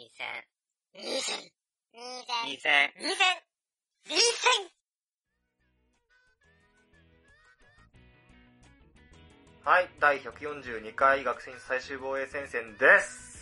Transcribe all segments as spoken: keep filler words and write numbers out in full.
にせん、にせん、にせん、にせん、にせん、にせん。 はい、だいひゃくよんじゅうにかい学生最終防衛戦線です。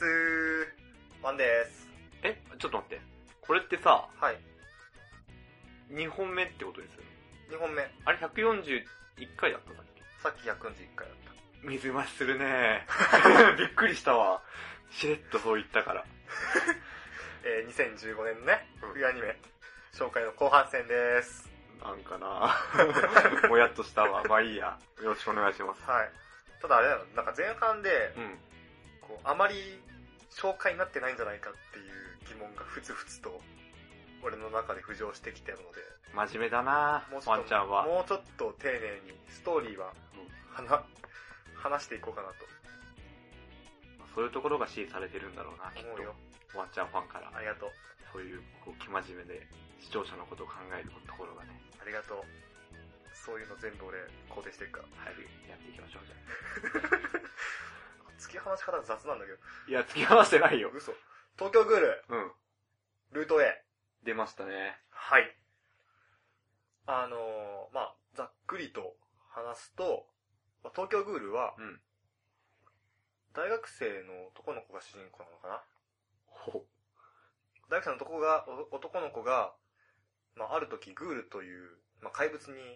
ワンです。 え、ちょっと待って。これってさ、 はい。 にほんめってことですよね。 にほんめ。 あれひゃくよんじゅういっかいだったさっき。 さっきひゃくよんじゅういっかいだった。 水増しするねびっくりしたわ。しれっとそう言ったから。 えー、にせんじゅうごねんね、冬アニメ紹介の後半戦です。 なんかなもやっとしたわ。まあいいや。よろしくお願いします。 はい。ただあれだよ、なんか前半で、 うん、 こうあまり紹介になってないんじゃないかっていう疑問がふつふつと俺の中で浮上してきてるので、 真面目だなワンちゃんは。 もうちょっと丁寧にストーリーは、うん、話話していこうかなと。 そういうところが支持されてるんだろうな、きっ思うよ。 と。ワンちゃんファンから。 ありがとう。 そういう、こう、生真面目で、視聴者のことを考えるところがね。 ありがとう。そういうの全部俺、肯定してるから。 はい、やっていきましょう、じゃあ。突き放し方が雑なんだけど。 いや、突き放してないよ。 嘘。東京グール。 うん。 ルート A。 出ましたね。 はい。あのー、まあ、ざっくりと話すと、まあ、東京グールは、うん。大学生の男の子が主人公なのかな。 ほう。 大学生の男が、男の子が、まあ、ある時グールという、まあ、怪物に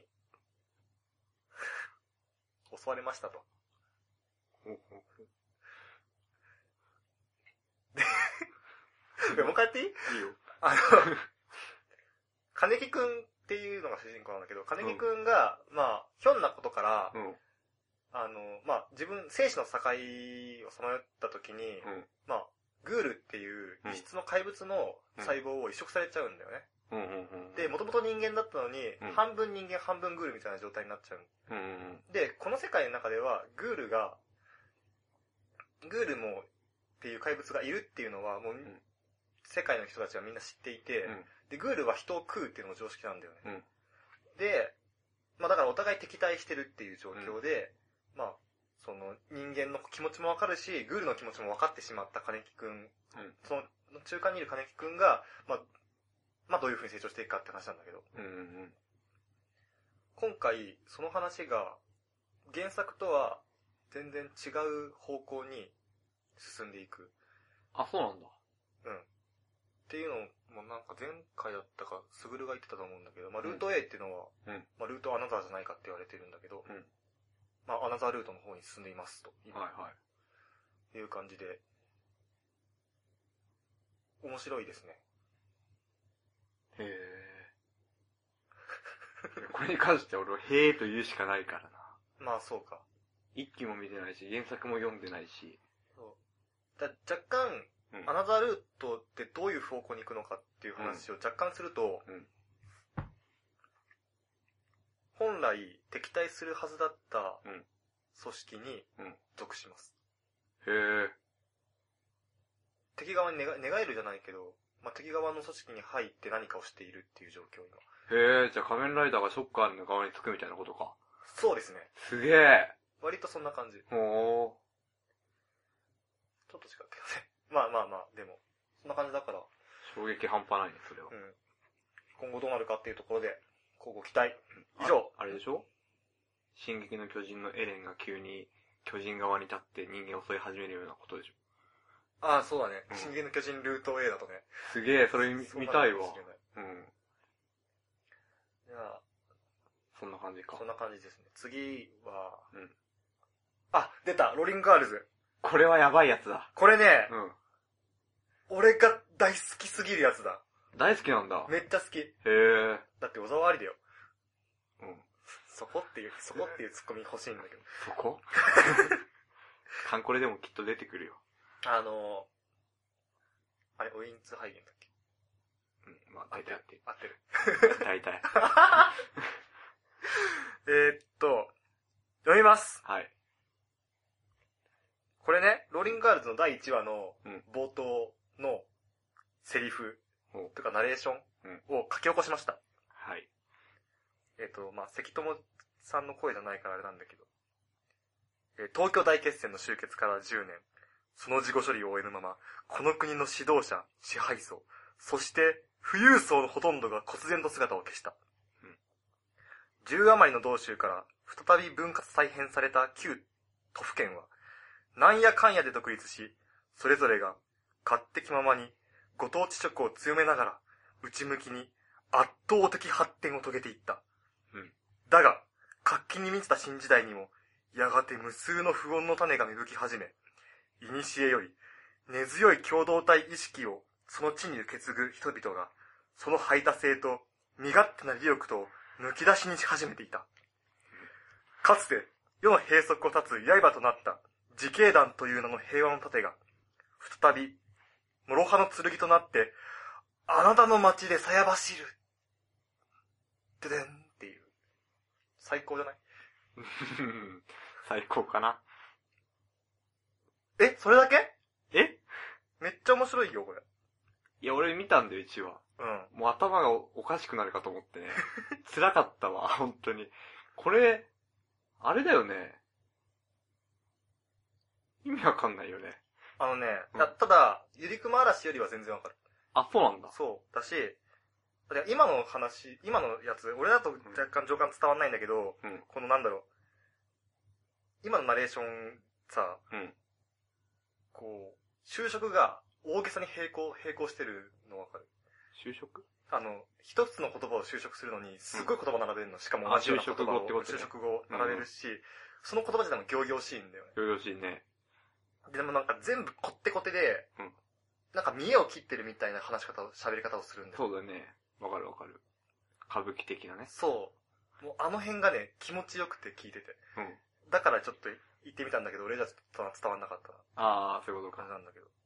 襲われましたと。 ほうほうほう。 で、もう一回やっていい？いいいよ。 あの、金木くんっていうのが主人公なんだけど、金木くんが、うん、まあ、ひょんなことから、うん、あの、まあ、自分、生死の境をさまよった時に、うん、まあ、グールっていう異質の怪物の細胞を移植されちゃうんだよね。うんうんうんうん、で、もともと人間だったのに、うん、半分人間半分グールみたいな状態になっちゃう。うんうんうん、で、この世界の中では、グールが、グールもっていう怪物がいるっていうのは、もう、うん、世界の人たちはみんな知っていて、うん、で、グールは人を食うっていうのが常識なんだよね。うん、で、まあだからお互い敵対してるっていう状況で、うん、まあ、その人間の気持ちもわかるし、グールの気持ちも分かってしまった金木くん、うん、その中間にいる金木くんが、まあ、まあどういう風に成長していくかって話なんだけど、うんうんうん、今回その話が原作とは全然違う方向に進んでいく。 あ、そうなんだ。 うん。っていうのもなんか前回だったか、スグルが言ってたと思うんだけど、まあルート A っていうのは、うん、まあルートアナザーじゃないかって言われてるんだけど、うん、まあアナザールートの方に進んでいますと。はいはい。いう感じで、面白いですね。 へえ。これに関しては俺はへえと言うしかないからな。 まあそうか。 一期も見てないし、原作も読んでないし。 そう。だ若干、うん、アナザールートってどういう方向に行くのかっていう話を若干すると、うん、本来敵対するはずだった組織に属します。 うん、へえ。 敵側に寝返るじゃないけど、まあ、敵側の組織に入って何かをしているっていう状況今。 へえ、じゃあ仮面ライダーがショッカーの側につくみたいなことか。 そうですね。 すげえ。 割とそんな感じ。 ほー。 ちょっと違うけどね。まあまあまあ、でも、そんな感じだから。 衝撃半端ないね、それは。うん。 今後どうなるかっていうところで、今後期待。以上。 あれでしょ？進撃の巨人のエレンが急に巨人側に立って人間を襲い始めるようなことでしょ？ ああ、そうだね。うん、進撃の巨人ルート A だとね。 すげえ、それ見たいわ。うん。 じゃあ、 そんな感じか。 そんな感じですね。次は、うん。あ、出たローリングガールズ。 これはやばいやつだ。 これね、うん。俺が大好きすぎるやつだ。 大好きなんだ。 めっちゃ好き。へえ。 だって小沢ありだよ。うん。そこっていう、そこっていうツッコミ欲しいんだけど。 そこカンコレでもきっと出てくるよ。 あのー、あれ、ウィンツハイゲンだっけ？ うん、まあ、大体合ってる。 合ってる。 大体。 えーっと、読みます。 はい。 これね、ローリングガールズのだいいちわの冒頭のセリフとかナレーションを書き起こしました。 はい。 えーっと、まあ、関友さんの声じゃないからあれなんだけど、えー、東京大決戦の終結からじゅうねん。 その事後処理を終えぬまま、この国の指導者、支配層、そして富裕層のほとんどが忽然と姿を消した。うん、じゅう余りの道州から再び分割再編された旧都府県は、なんやかんやで独立し、それぞれが勝手気ままにご当地色を強めながら、内向きに圧倒的発展を遂げていった。うん、だが、活気に満ちた新時代にも、やがて無数の不穏の種が芽吹き始め、古より根強い共同体意識をその地に受け継ぐ人々が、その排他性と身勝手な利欲とを抜き出しにし始めていた。かつて世の閉塞を断つ刃となった自警団という名の平和の盾が、再び諸刃の剣となって、あなたの町でさや走る。ででんっていう。最高じゃない？ 最高かな。 え、それだけ？ え？ めっちゃ面白いよ、これ。 いや、俺見たんだよ、いちわ。 うん。 もう頭がおかしくなるかと思ってね。辛かったわ、本当に。これ、あれだよね。意味わかんないよね。 あのね、 うん、 ただ、ゆりくま嵐よりは全然わかる。 あ、そうなんだ。 そう。だし、今の話、今のやつ、俺だと若干情感伝わんないんだけど、うん、このなんだろう。今のナレーションさ、うん、こう、就職が大げさに並行、並行してるのわかる？ 就職？ あの、一つの言葉を就職するのに、すごい言葉並べるの。しかも同じような言葉を、就職語並べるし、うん、その言葉自体も行々しいんだよね。 行々しいね。 でもなんか全部こってこてで、うん、なんか見栄を切ってるみたいな話し方を、喋り方をするんだよ。 そうだね。わかるわかる。歌舞伎的なね。 そう。もうあの辺がね、気持ちよくて聞いてて。うん。だからちょっと言ってみたんだけど、俺じゃちょっと伝わんなかったな。 ああ、そういうことか。 感じなんだけど。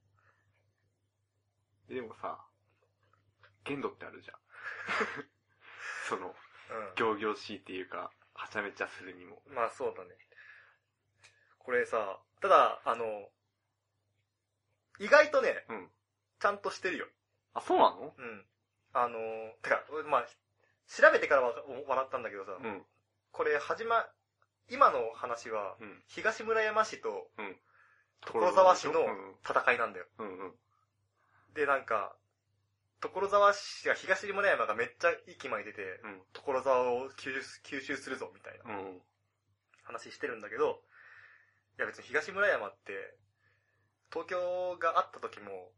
でもさ、限度ってあるじゃん。その、うん、行々しいっていうか、はちゃめちゃするにも。 まあそうだね。これさ、ただ、あの、意外とね、うん、ちゃんとしてるよ。 あ、そうなの？ うん。あの、てか、まあ、調べてからわ笑ったんだけどさ、うん、これ始ま、今の話は、うん、東村山市と、うん、所沢市の戦いなんだよ。うんうん、で、なんか、所沢市が東村山がめっちゃ息巻いてて、うん、所沢を吸収、吸収するぞ、みたいな、うん、話してるんだけど、いや別に東村山って、東京があった時も、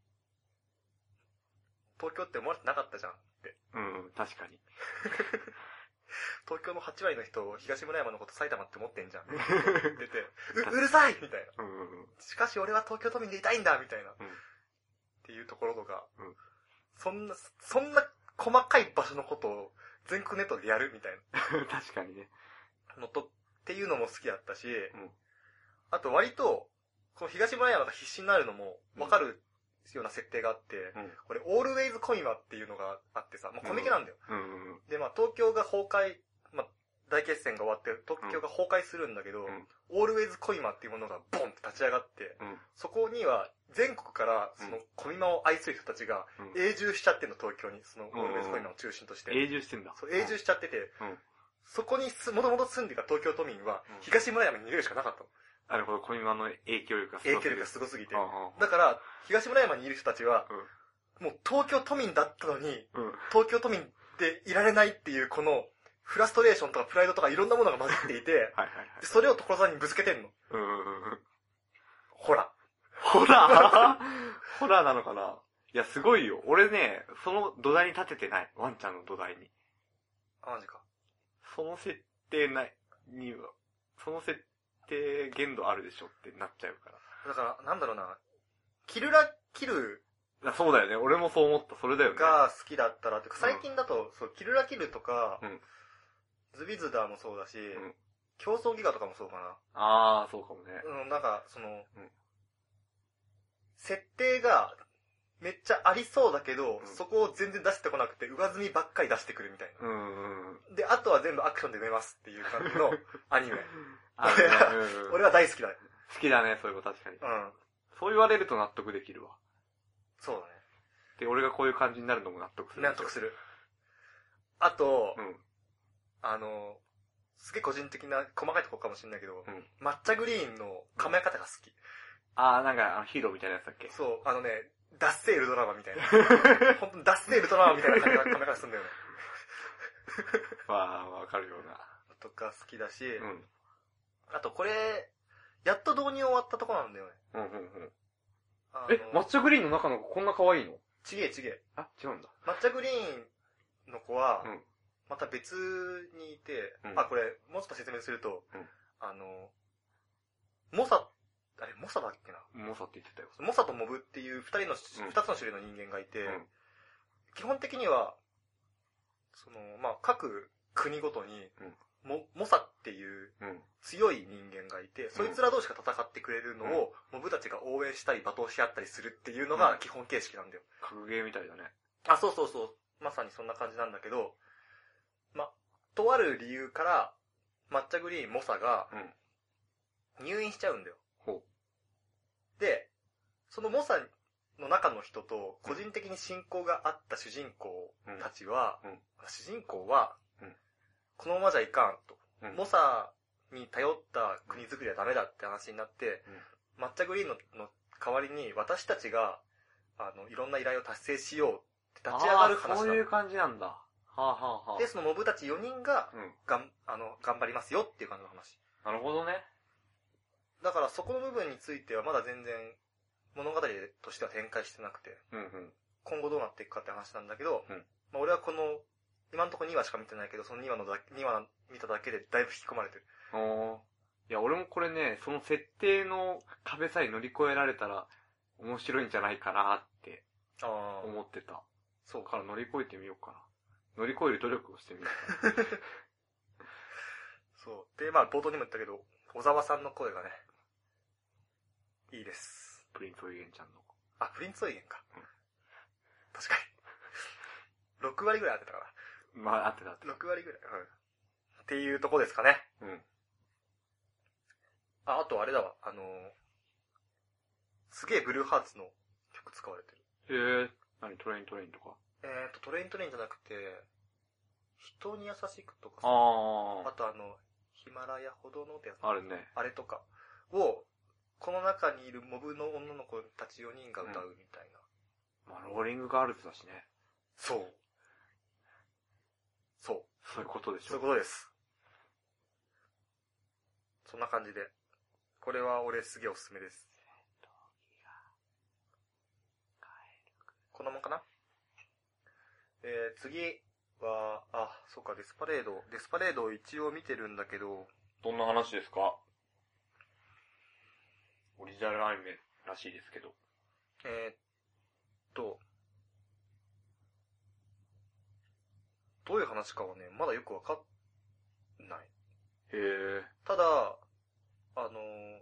東京って思われてなかったじゃんって。 うん、確かに。 東京のはち割の人、東村山のこと埼玉って思ってんじゃん。って言ってて、う、うるさいみたいな、うんうんうん。しかし俺は東京都民でいたいんだみたいな。うん、っていうところとか、うん、そんな、そんな細かい場所のことを全国ネットでやるみたいな。確かにね。 のと、っていうのも好きだったし、うん、あと割と、この東村山が必死になるのも分かるような設定があって、うん、これ、オールウェイズコミマっていうのがあってさ、まあ、コミケなんだよ。うんうんうん、で、まあ、東京が崩壊、まあ、大決戦が終わって、東京が崩壊するんだけど、うん、オールウェイズコミマっていうものがボンって立ち上がって、うん、そこには全国からそのコミマを愛する人たちが永住しちゃってんの、東京に。そのオールウェイズコミマを中心として。 永住してんだ。 そう、永住しちゃってて、うん、そこにもともと住んでた東京都民は、東村山に逃げるしかなかったの。 なるほど、コミマの影響力がすごすぎて。影響力がすごすぎて。だから、東村山にいる人たちは、うん、もう東京都民だったのに、うん、東京都民でいられないっていうこの、フラストレーションとかプライドとかいろんなものが混じっていて、はいはいはい、それを所沢にぶつけてんの。うんうんうん、ほら。 ほらホラーなのかな。いや、すごいよ。俺ね、その土台に立ててない。ワンちゃんの土台に。 あ、マジか。 その設定ない、には、その設定限度あるでしょってなっちゃうから。 だから、なんだろうな。キルラキル。 そうだよね。俺もそう思った。それだよね。 が好きだったら、てか最近だと、うん、そう、キルラキルとか、うん、ズビズダーもそうだし、うん、競争ギガとかもそうかな。 あー、そうかもね。 うん、なんか、その、うん、設定が、めっちゃありそうだけど、うん、そこを全然出してこなくて、上積みばっかり出してくるみたいな。うんうん、で、あとは全部アクションで埋めますっていう感じのアニメ。あれは、うんうん、俺は大好きだ。 好きだね、そういうの確かに。うん。そう言われると納得できるわ。 そうだね。 で、俺がこういう感じになるのも納得する。 納得する。あと、うん、あの、すげえ個人的な細かいところかもしれないけど、うん、抹茶グリーンの構え方が好き。 あー、なんか、あの、ヒーローみたいなやつだっけ？ そう、あのね、ダッセールドラマみたいな。本当にダッセールドラマみたいな感じのカメラするんだよね。 まあ、わかるような。 とか好きだし、 うん。 あとこれ、やっと導入終わったとこなんだよね。 うんうんうん。 あのえ、抹茶グリーンの中の子こんな可愛いの？ ちげえちげえ。 あ、違うんだ。 抹茶グリーンの子は、 うん。 また別にいて、 うん、 あ、これ、もうちょっと説明すると、 うん、 あの、モサ、あれ、モサだっけな？ モサって言ってたよ。 モサとモブっていう二人の、二、うん、つの種類の人間がいて、うん、基本的には、その、まあ、各国ごとに、うんモ、モサっていう強い人間がいて、うん、そいつら同士が戦ってくれるのを、うん、モブたちが応援したり罵倒し合ったりするっていうのが基本形式なんだよ。 格ゲーみたいだね。 あ、そうそうそう。まさにそんな感じなんだけど、ま、とある理由から、抹茶グリーンモサが、入院しちゃうんだよ。 うん、 で、そのモサの中の人と個人的に親交があった主人公たちは、うんうん、主人公は、このままじゃいかんと、うん、モサに頼った国づくりはダメだって話になって、うん、抹茶グリーン の, の代わりに私たちがあのいろんな依頼を達成しようって立ち上がる話なの。 そういう感じなんだ。はあ、はあはあ、 で、そのモブたちよにんが、うん、がんあの頑張りますよっていう感じの話。 なるほどね。 だからそこの部分についてはまだ全然物語としては展開してなくて、うんうん、今後どうなっていくかって話なんだけど、うんまあ、俺はこの今のところにわしか見てないけど、そのにわのだにわ見ただけでだいぶ引き込まれてる。 ああ。いや、俺もこれね、その設定の壁さえ乗り越えられたら面白いんじゃないかなって思ってた。そうから乗り越えてみようかな。乗り越える努力をしてみようかな。 そう。で、まあ冒頭にも言ったけど、小沢さんの声がね、いいです。 プリンツ・オイゲンちゃんの。 あ、プリンツ・オイゲンか。うん、確かに。ろくわりぐらい合ってたから。 まあ、合ってた合ってた。 ろくわりぐらい。うん。っていうとこですかね。うん。あ、あとあれだわ。あのー、すげえブルーハーツの曲使われてる。へえ。何トレイントレインとかえーと、トレイントレインじゃなくて、人に優しくとかさ。 ああ。 あとあの、ヒマラヤほどのってやつ。 あるね。 あれとかを、この中にいるモブの女の子たちよにんが歌うみたいな。うん、まあ、ローリングガールズだしね。 そう。そう。 そういうことでしょ。 そういうことです。そんな感じで。これは俺すげえおすすめです。こんなもんかな？えー、次は、あ、そうか、デスパレード。デスパレードを一応見てるんだけど。 どんな話ですか？オリジナルアニメらしいですけど。 えー、っと、どういう話かはね、まだよくわかんない。 へー。 ただ、あのー、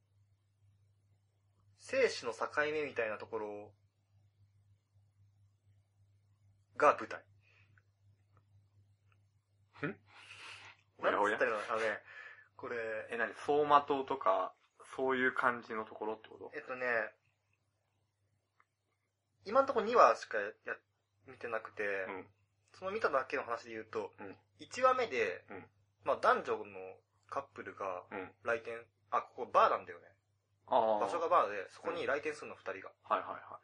生死の境目みたいなところが舞台。 んおやおやなんつったらいいの？あのね、これ、 え、なに、走馬灯とか、そういう感じのところってこと？ えっとね、今のところにわしかや、見てなくて、うん、その見ただけの話で言うと、うん、いちわめで、うん、まあ男女のカップルが来店、うん、あ、ここバーなんだよね。あ場所がバーで、そこに来店するのふたりが、 うん。はいはいはい。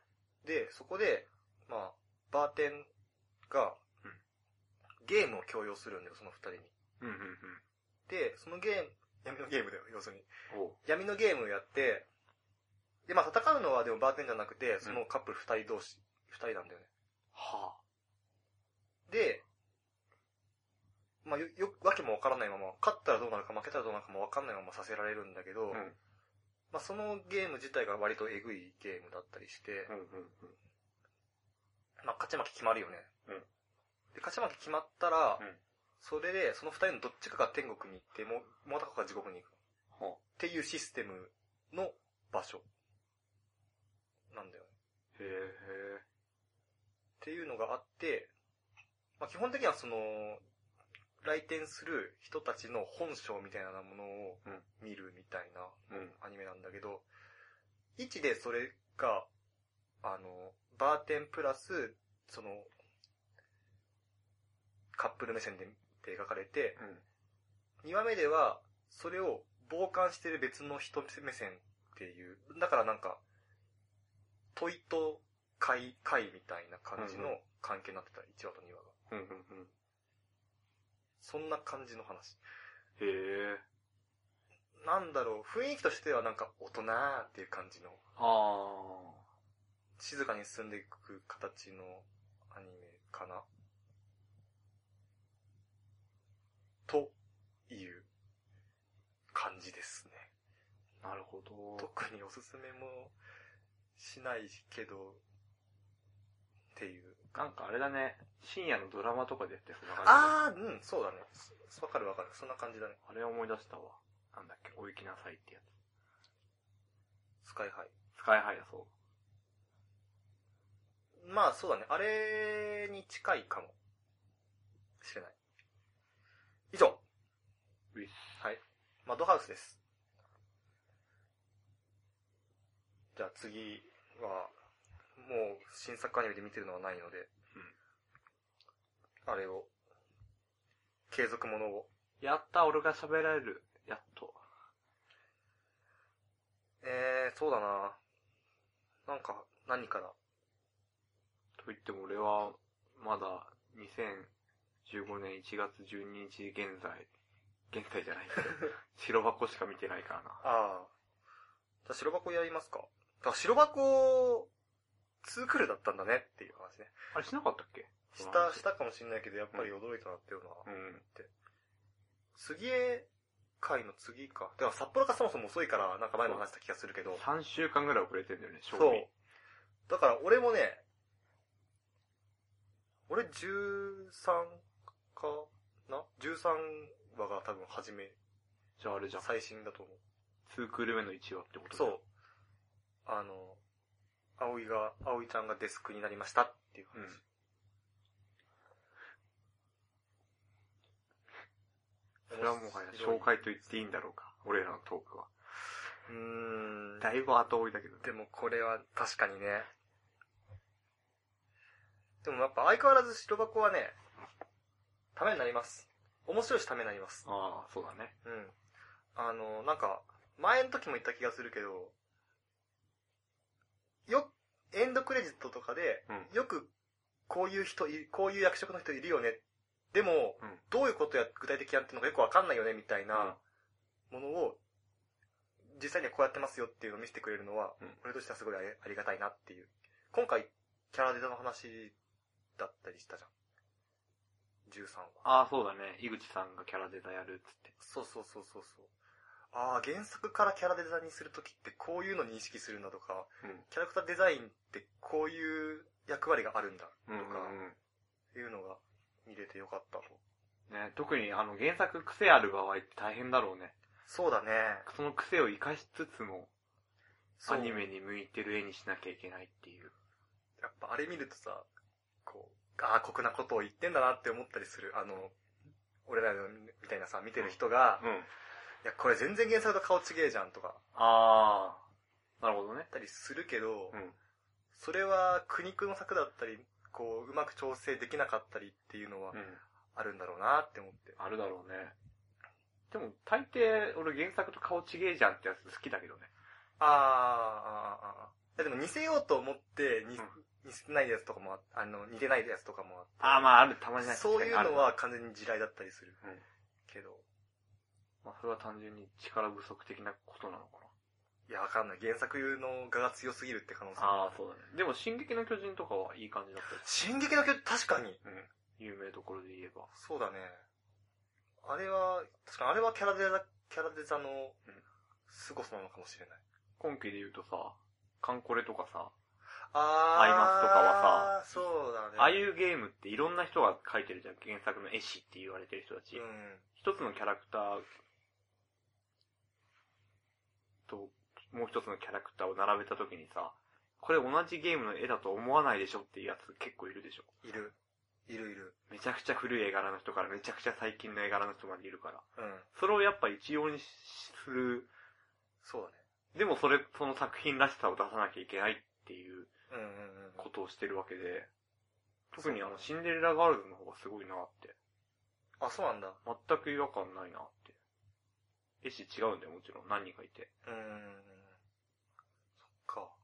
で、そこで、まあ、バーテンが、うん、ゲームを強要するんだよ、そのふたりに。うんうんうん、で、そのゲーム、闇のゲームだよ、要するに。闇のゲームをやって、で、まあ戦うのはでもバーテンじゃなくて、そのカップルふたり同士、ふたりなんだよね。はぁ。で、まあよ、よ、わけもわからないまま、勝ったらどうなるか負けたらどうなるかもわかんないままさせられるんだけど、うん、まあそのゲーム自体が割とエグいゲームだったりして、うんうんうん、まあ勝ち負け決まるよね。うん、で、勝ち負け決まったら、うん、それで、その二人のどっちかが天国に行って、もう、もう片方が地獄に行く。はあ、っていうシステムの場所。なんだよね。へー。っていうのがあって、まあ基本的にはその、来店する人たちの本性みたいなものを見るみたいなアニメなんだけど、いちでそれが、あの、バーテンプラス、その、カップル目線で描かれて、うん、にわめでは、それを傍観している別の人目線っっていう、だからなんか、問いと解、解みたいな感じの関係になってた、いちわとにわが。 うんうんうん。 そんな感じの話。 へえ。 なんだろう、雰囲気としてはなんか大人ーっていう感じの。 ああ。 静かに進んでいく形のアニメかなという感じですね。 なるほど。 特におすすめもしないけど、っていう。 なんかあれだね、深夜のドラマとかでやってそんな感じ。ああ、うん、そうだね。わかるわかる。そんな感じだね。 あれ思い出したわ。なんだっけ、お行きなさいってやつ。スカイハイ。 スカイハイだそう。 まあそうだね。あれに近いかもしれない。以上。 ウィス。 はい。マッドハウスです。じゃあ次は、もう新作アニメで見てるのはないので、うん、あれを、継続ものを。 やった、俺が喋られる。やっと。 えー、そうだな。なんか、何かだ。 と言っても俺は、まだ、にせんじゅうごねんいちがつじゅうににち現在、現在じゃないけど、白箱しか見てないからな。 ああ。じゃあ白箱やりますか。だ白箱、ツークールだったんだねっていう話ね。 あれしなかったっけ？ した、したかもしんないけど、やっぱり驚いたなっていうのは、うん。って。杉江会の次か。でも札幌がそもそも遅いから、なんか前も話した気がするけど。 さんしゅうかんぐらい遅れてるんだよね、 賞味。そう。だから俺もね、俺じゅうさんかな ?じゅうさん 話が多分初め。 じゃああれじゃん。 最新だと思う。 ツークール目のいちわってことそう。あの、葵が、葵ちゃんがデスクになりましたっていう話。うん、 それはもはや紹介と言っていいんだろうか。俺らのトークは。 うーん。 だいぶ後追いだけど、ね。 でもこれは確かにね。でもやっぱ相変わらず白箱はね、ためになります。面白いしためになります。 ああ、そうだね。 うん。あの、なんか、前の時も言った気がするけど、よ、エンドクレジットとかで、うん、よくこういう人、こういう役職の人いるよね。でも、うん、どういうことや具体的やってるのかよくわかんないよねみたいなものを、実際にはこうやってますよっていうのを見せてくれるのは、うん、俺としてはすごいありがたいなっていう。今回、キャラデザの話だったりしたじゃん。じゅうさんわ。 ああ、そうだね。井口さんがキャラデザやるっつって。 そうそうそうそうそう。ああ、原作からキャラデザにするときってこういうのに意識するんだとか、うん、キャラクターデザインってこういう役割があるんだとか、いうのが見れてよかったと。 ね、特にあの原作癖ある場合って大変だろうね。 そうだね。 その癖を生かしつつも、アニメに向いてる絵にしなきゃいけないっていう。 やっぱあれ見るとさ、こう、ああ、酷なことを言ってんだなって思ったりする。あの、俺らみたいなさ、見てる人が、うんうん、いや、これ全然原作と顔違えじゃんとか。 ああ、なるほどね。 たりするけど、うん、それは苦肉の策だったり、こう、うまく調整できなかったりっていうのは、あるんだろうなって思って、 うん。あるだろうね。でも、大抵、俺原作と顔違えじゃんってやつ好きだけどね。 あー、あー、あー。でも似せようと思って、似、うん、似せてないやつとかもあ、あの、似てないやつとかもあって。 あー、まあある、たまにない。 そういうのは完全に地雷だったりする。うん、けど。 まあそれは単純に力不足的なことなのかな。 いや、わかんない。原作の画が強すぎるって可能性ああ、そうだね。でも、進撃の巨人とかはいい感じだったよ。 進撃の巨人、確かに。 うん。有名どころで言えば。 そうだね。あれは、確かにあれはキャラデザ、キャラデザの、凄さなのかもしれない。 今期で言うとさ、カンコレとかさ、 あー、 アイマスとかはさ、そうだね。 ああいうゲームっていろんな人が描いてるじゃん。原作の絵師って言われてる人たち。うん。一つのキャラクターと、もう一つのキャラクターを並べたときにさ、これ同じゲームの絵だと思わないでしょっていうやつ結構いるでしょ。 いる。いるいる。 めちゃくちゃ古い絵柄の人からめちゃくちゃ最近の絵柄の人までいるから。 うん。 それをやっぱ一様にする。 そうだね。 でもそれ、その作品らしさを出さなきゃいけないっていうことをしてるわけで、特にあのシンデレラガールズの方がすごいなって。 あ、そうなんだ。 全く違和感ないなって。絵師違うんだよ、もちろん。何人かいて。 うーん。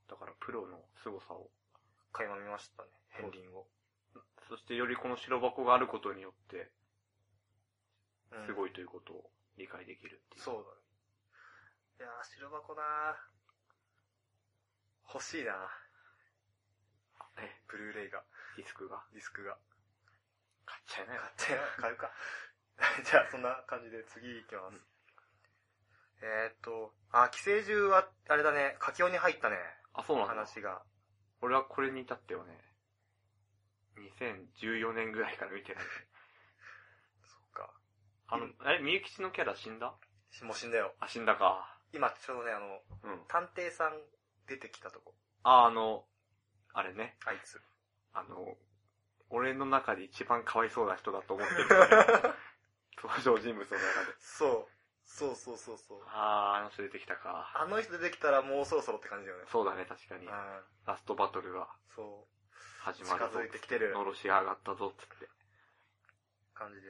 だからプロの凄さを。 垣間見ましたね、片鱗を。 そしてよりこの白箱があることによって、すごいということを理解できるっていう。 そうだね。いやー、白箱なー。欲しいなー。え、ブルーレイが。 ディスクが。 ディスクが。 買っちゃいなよ。 買っちゃいなよ。買うか。じゃあ、そんな感じで次行きます。うん、えーっと、あ、寄生獣は、あれだね、佳境に入ったね。 あ、そうなんだ。 話が。 俺はこれに至ってはね、にせんじゅうよねんぐらいから見てない。 そっか。 あの、え、みゆきちのキャラ死んだ？ もう死んだよ。 あ、死んだか。 今ちょうどね、あの、うん、探偵さん出てきたとこ。 あ、あの、あれね。 あいつ。 あの、俺の中で一番かわいそうな人だと思ってる、ね。登場人物の中で。 そう。そうそうそうそう。 あー、あの人出てきたか。 あの人出てきたらもうそろそろって感じだよね。 そうだね、確かに。ラストバトルが。 そう。 始まるぞ。 近づいてきてる。 のろし上がったぞ、つって。 感じです。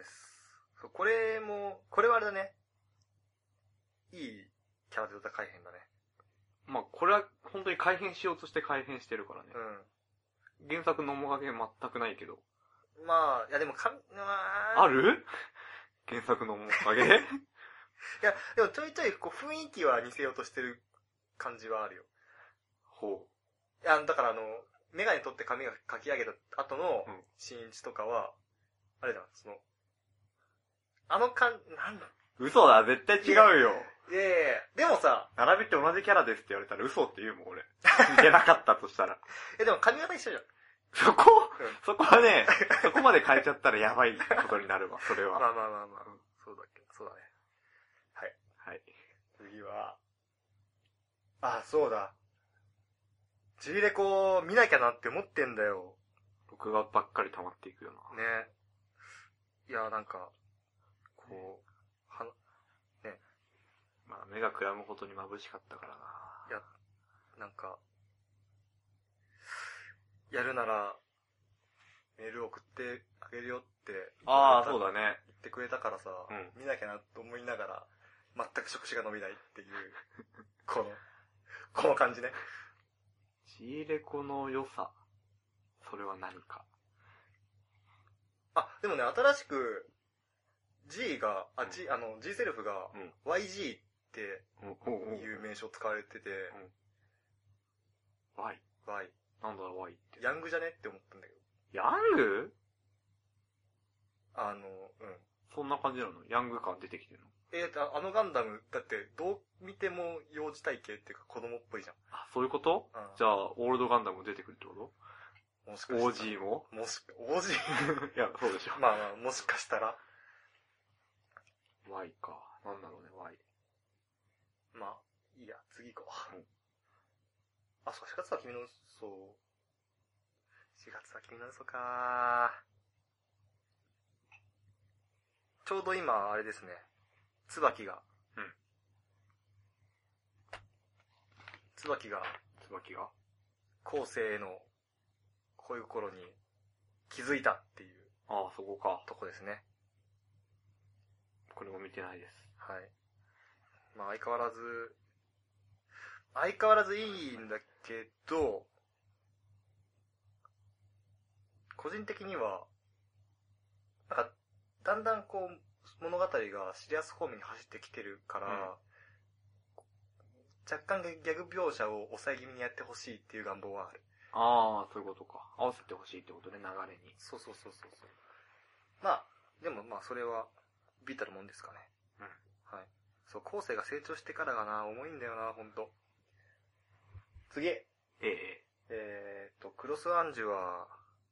そう、これも、これはあれだね。いいキャラで歌改変だね。 まあ、これは本当に改変しようとして改変してるからね。うん。原作の面影全くないけど。 まあ、いやでもか、 まあ、ある原作の面影いや、でもちょいちょいこう雰囲気は似せようとしてる感じはあるよ。 ほう。いや、だからあの、メガネ取って髪がかき上げた後の新一とかは、うん、あれだ、その、あの感、なんだ。 嘘だ、絶対違うよ。 いやいやいや、でもさ、 並びって同じキャラですって言われたら嘘って言うもん、俺。似てなかったとしたら。 え、でも髪型一緒じゃん。 そこ、うん、そこはね、そこまで変えちゃったらやばいことになるわ、それは。 まあまあまあまあ、うん、そうだっけ、そうだね。はい。 はい。 次は、あ、そうだ。G レコ見なきゃなって思ってんだよ。 録画ばっかり溜まっていくよな。 ね。いや、なんか、こう、は、ね。 まあ、目がくらむほどに眩しかったからな。 いや、なんか、やるなら、メール送ってあげるよって。 ああ、そうだね。 言ってくれたからさ、うん、見なきゃなと思いながら、全く触手が伸びないっていう、この、この感じね。 G レコの良さ、それは何か。 あ、でもね、新しく、G が、あ、うん、G、あの、G セルフが、うん、ワイジー っていう名称使われてて、うん、 Y。 Y。 なんだろう、Y って。 ヤングじゃねって思ったんだけど。 ヤング？ あの、うん。 そんな感じなの？ヤング感出てきてるの？ えー、あのガンダム、だってどう見ても幼児体型っていうか子供っぽいじゃん。 あ、そういうこと？うん、じゃあ、オールドガンダム出てくるってこと？もしかしたら。オージー も？ もし、オージーいや、そうでしょ。 まあまあ、もしかしたら。 Y か。なんだろうね、Y。 まあ、いいや、次行こう。うん、あ、そうか、しがつは君の嘘。しがつは君の嘘か。ちょうど今、あれですね。椿が。うん。椿が。 椿が後世の、こういう頃に気づいたっていう。 ああ、そこか。 とこですね。 これも見てないです。 はい。まあ相変わらず、相変わらずいいんだけど、個人的には、なんか、だんだんこう、物語がシリアス方面に走ってきてるから、うん、若干ギャグ描写を抑え気味にやってほしいっていう願望はある。 ああ、そういうことか。合わせてほしいってことね、流れに。 そうそうそうそう。まあ、でもまあそれは、ビタるもんですかね。うん。はい。そう、後世が成長してからがな、重いんだよな、ほんと。次。ええ。 えーっと、クロスアンジュは、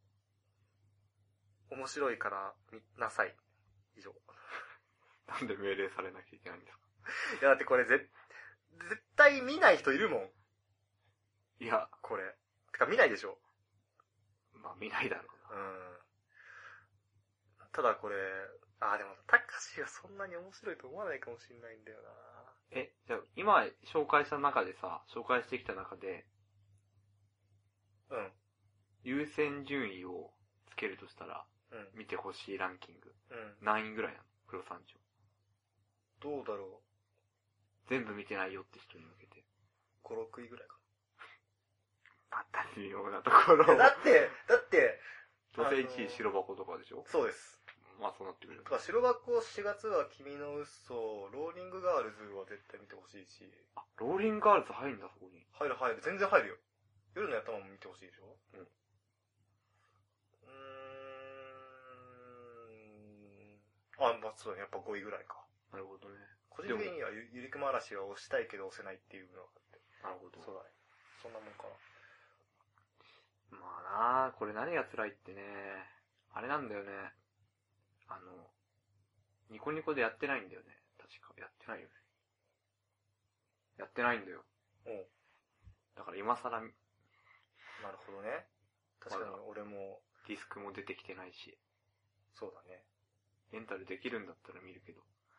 面白いから見なさい。以上。 なんで命令されなきゃいけないんですか？ いやだってこれぜ、絶対見ない人いるもん。 いや。 これ。てか見ないでしょ。 まあ見ないだろうな。うん。 ただこれ、あ、でも、たかしがそんなに面白いと思わないかもしれないんだよな。 え、じゃあ今紹介した中でさ、紹介してきた中で、 うん。 優先順位をつけるとしたら、うん、見てほしいランキング。うん。何位ぐらいなの？クロスアンジュ。 どうだろう。 全部見てないよって人に向けて。 ご、ろくいぐらいかまた微妙なところ。 だって、だって、 どうせいちい白箱とかでしょ？ そうです。 まあそうなってくる。 だから白箱しがつは君の嘘、ローリングガールズは絶対見てほしいし。 あ、ローリングガールズ入るんだ、そこに。 入る入る。全然入るよ。夜の頭も見てほしいでしょ？うん。うーん。あ、まあそうだね。やっぱごいぐらいか。 なるほどね。 個人的にはゆりくま嵐は押したいけど押せないっていうのがあって。 なるほど。 そうだね。そんなもんかな。 まあなあ、これ何が辛いってね、あれなんだよね。あの、ニコニコでやってないんだよね。確か。やってないよね。やってないんだよ。 うん。 だから今更、なるほどね。確かに俺も。 ディスクも出てきてないし。 そうだね。 レンタルできるんだったら見るけど。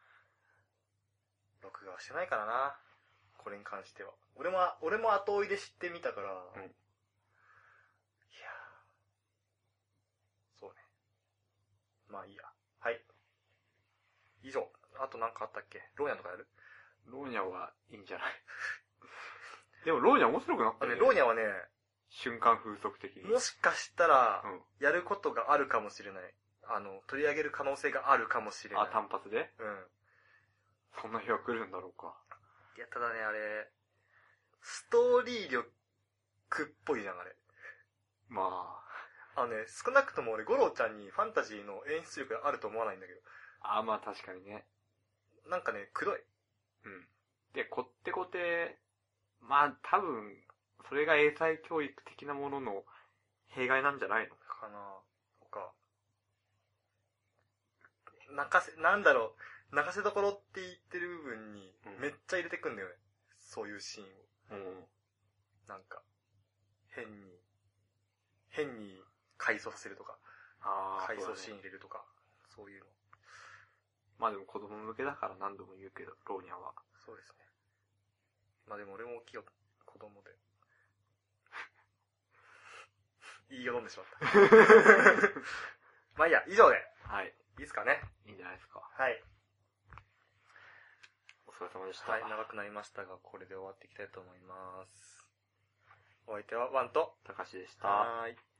録画はしてないからな。これに関しては。俺も、俺も後追いで知ってみたから。うん。いやそうね。まあいいや。はい。以上。あとなんかあったっけ？ローニャとかやる？ ローニャはいいんじゃないでもローニャ面白くなったね。 ローニャはね、 瞬間風速的に。 もしかしたら、やることがあるかもしれない。あの、取り上げる可能性があるかもしれない。 あ、単発で？ うん。 そんな日は来るんだろうか。 いや、ただね、あれ、ストーリー力っぽいじゃん、あれ。 まあ。あのね、少なくとも俺、ゴロちゃんにファンタジーの演出力があると思わないんだけど。 あ、まあ確かにね。 なんかね、くどい。 うん。で、こってこて、まあ多分、それが英才教育的なものの弊害なんじゃないのかなとか。泣かせ、なんだろう、泣かせどころって言ってる部分に、めっちゃ入れてくんだよね。うん、そういうシーンを。うん。なんか、変に、変に回想させるとか、あ回想シーン入れるとか、そう、ね、そういうの。 まあでも子供向けだから何度も言うけど、ローニャは。 そうですね。まあでも俺も大きいよ、子供で。言いよどんでしまった。まあいいや、以上で。 はい。 いいですかね。 いいんじゃないですか。 はい。 お疲れ様でした。 はい、長くなりましたが、これで終わっていきたいと思います。お相手はワンとたかしでした。 はーい。